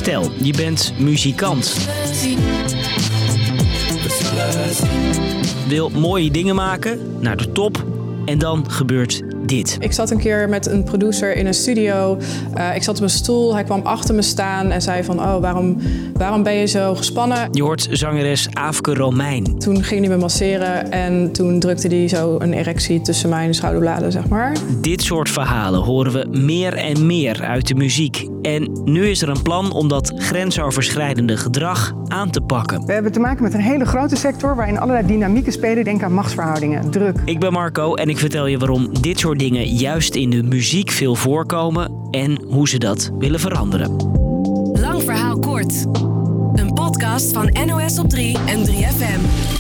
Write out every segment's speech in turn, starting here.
Stel, je bent muzikant. Wil mooie dingen maken, naar de top en dan gebeurt dit. Ik zat een keer met een producer in een studio. Ik zat op mijn stoel, hij kwam achter me staan en zei van... waarom ben je zo gespannen? Je hoort zangeres Aafke Romein. Toen ging hij me masseren en toen drukte hij zo een erectie tussen mijn schouderbladen, zeg maar. Dit soort verhalen horen we meer en meer uit de muziek. En nu is er een plan om dat grensoverschrijdende gedrag aan te pakken. We hebben te maken met een hele grote sector waarin allerlei dynamieken spelen. Denk aan machtsverhoudingen, druk. Ik ben Marco en ik vertel je waarom dit soort dingen juist in de muziek veel voorkomen en hoe ze dat willen veranderen. Lang verhaal kort. Een podcast van NOS op 3 en 3FM.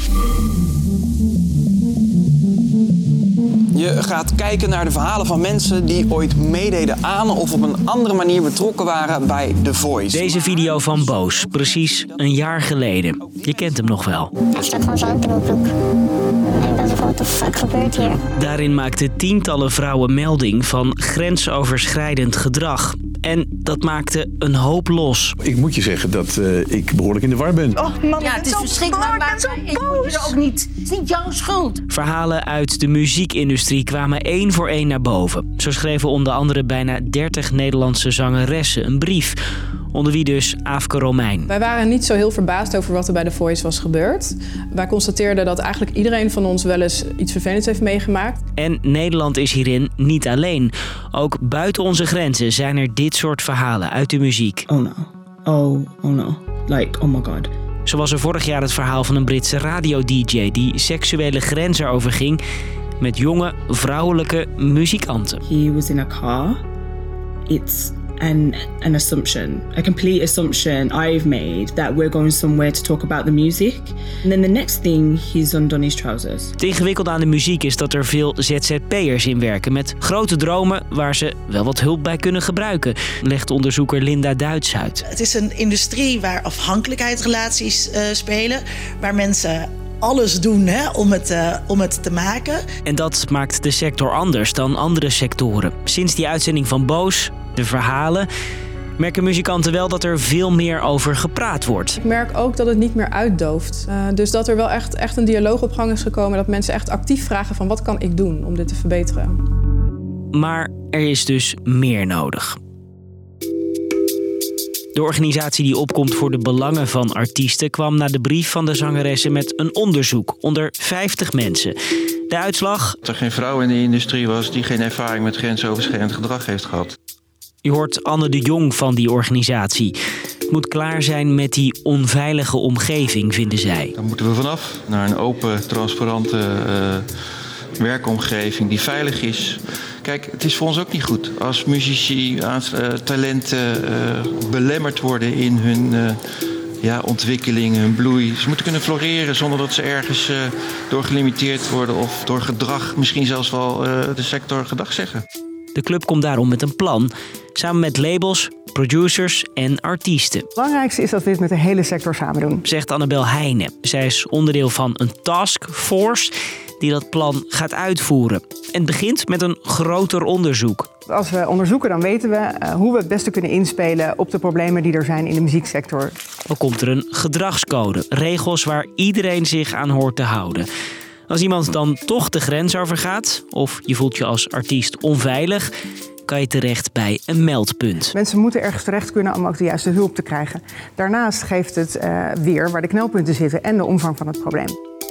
Je gaat kijken naar de verhalen van mensen die ooit meededen aan of op een andere manier betrokken waren bij The Voice. Deze video van Boos, precies een jaar geleden. Je kent hem nog wel. Ik sta gewoon zo in mijn broek. En ik dacht, wat de fuck gebeurt hier? Daarin maakten tientallen vrouwen melding van grensoverschrijdend gedrag. En dat maakte een hoop los. Ik moet je zeggen dat ik behoorlijk in de war ben. Oh man, ja, het is verschrikkelijk, maar ik moet je er ook niet. Het is niet jouw schuld. Verhalen uit de muziekindustrie kwamen één voor één naar boven. Zo schreven onder andere bijna 30 Nederlandse zangeressen een brief. Onder wie dus Aafke Romein. Wij waren niet zo heel verbaasd over wat er bij The Voice was gebeurd. Wij constateerden dat eigenlijk iedereen van ons wel eens iets vervelends heeft meegemaakt. En Nederland is hierin niet alleen. Ook buiten onze grenzen zijn er dit soort verhalen uit de muziek. Oh no. Like, oh my god. Zo was er vorig jaar het verhaal van een Britse radio-dj die seksuele grenzen overging met jonge vrouwelijke muzikanten. He was in a car. It's an assumption, a complete assumption I've made that we're going somewhere to talk about the music. And then the next thing, he's undone his trousers. Het ingewikkelde aan de muziek is dat er veel ZZP'ers in werken met grote dromen waar ze wel wat hulp bij kunnen gebruiken, legt onderzoeker Linda Duits uit. Het is een industrie waar afhankelijkheidsrelaties spelen, waar mensen alles doen om het te maken. En dat maakt de sector anders dan andere sectoren. Sinds die uitzending van Boos, de verhalen, merken muzikanten wel dat er veel meer over gepraat wordt. Ik merk ook dat het niet meer uitdooft. Dus dat er wel echt een dialoog op gang is gekomen. Dat mensen echt actief vragen van wat kan ik doen om dit te verbeteren. Maar er is dus meer nodig. De organisatie die opkomt voor de belangen van artiesten kwam na de brief van de zangeressen met een onderzoek onder 50 mensen. De uitslag? Dat er geen vrouw in de industrie was die geen ervaring met grensoverschrijdend gedrag heeft gehad. Je hoort Anne de Jong van die organisatie. Het moet klaar zijn met die onveilige omgeving, vinden zij. Daar moeten we vanaf naar een open, transparante werkomgeving die veilig is. Kijk, het is voor ons ook niet goed als muzici, talenten belemmerd worden in hun ontwikkeling, hun bloei. Ze moeten kunnen floreren zonder dat ze ergens door gelimiteerd worden of door gedrag, misschien zelfs wel de sector gedag zeggen. De club komt daarom met een plan, samen met labels, producers en artiesten. Het belangrijkste is dat we dit met de hele sector samen doen, zegt Annabel Heijnen. Zij is onderdeel van een taskforce die dat plan gaat uitvoeren. En het begint met een groter onderzoek. Als we onderzoeken, dan weten we hoe we het beste kunnen inspelen op de problemen die er zijn in de muzieksector. Dan komt er een gedragscode, regels waar iedereen zich aan hoort te houden. Als iemand dan toch de grens overgaat, of je voelt je als artiest onveilig, kan je terecht bij een meldpunt. Mensen moeten ergens terecht kunnen om ook de juiste hulp te krijgen. Daarnaast geeft het weer waar de knelpunten zitten en de omvang van het probleem.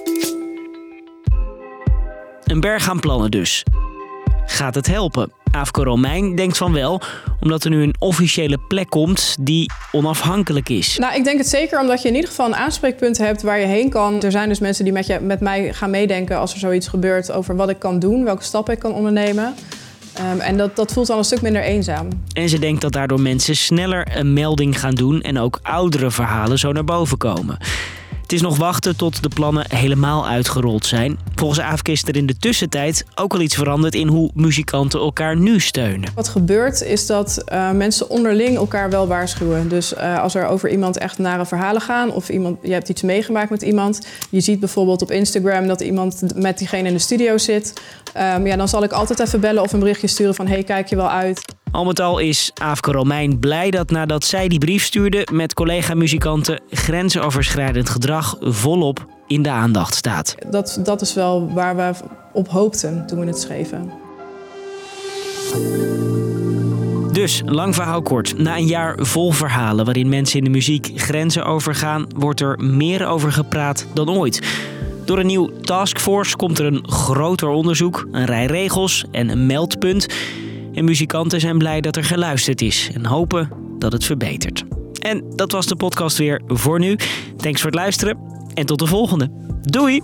Een berg aan plannen dus. Gaat het helpen? Aafke Romein denkt van wel, omdat er nu een officiële plek komt die onafhankelijk is. Nou, ik denk het zeker omdat je in ieder geval een aanspreekpunt hebt waar je heen kan. Er zijn dus mensen die met mij gaan meedenken als er zoiets gebeurt over wat ik kan doen, welke stappen ik kan ondernemen. En dat voelt al een stuk minder eenzaam. En ze denkt dat daardoor mensen sneller een melding gaan doen en ook oudere verhalen zo naar boven komen. Het is nog wachten tot de plannen helemaal uitgerold zijn. Volgens Aafke is er in de tussentijd ook al iets veranderd in hoe muzikanten elkaar nu steunen. Wat gebeurt is dat mensen onderling elkaar wel waarschuwen. Dus als er over iemand echt nare verhalen gaan of je hebt iets meegemaakt met iemand. Je ziet bijvoorbeeld op Instagram dat iemand met diegene in de studio zit. Dan zal ik altijd even bellen of een berichtje sturen van hey, kijk je wel uit. Al met al is Aafke Romein blij dat nadat zij die brief stuurde met collega-muzikanten grensoverschrijdend gedrag volop in de aandacht staat. Dat is wel waar we op hoopten toen we het schreven. Dus, lang verhaal kort. Na een jaar vol verhalen waarin mensen in de muziek grenzen overgaan, wordt er meer over gepraat dan ooit. Door een nieuw taskforce komt er een groter onderzoek, een rij regels en een meldpunt. En muzikanten zijn blij dat er geluisterd is en hopen dat het verbetert. En dat was de podcast weer voor nu. Thanks voor het luisteren en tot de volgende. Doei!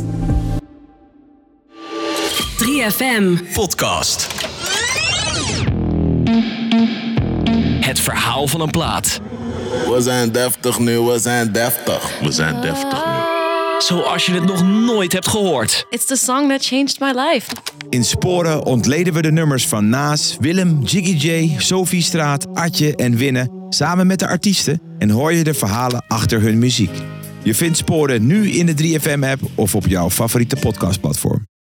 3FM Podcast. Het verhaal van een plaat. We zijn deftig nu, we zijn deftig. We zijn deftig nu. Zoals je het nog nooit hebt gehoord. It's the song that changed my life. In Sporen ontleden we de nummers van Naas, Willem, Jiggy J, Sophie Straat, Atje en Winne samen met de artiesten en hoor je de verhalen achter hun muziek. Je vindt Sporen nu in de 3FM-app of op jouw favoriete podcastplatform.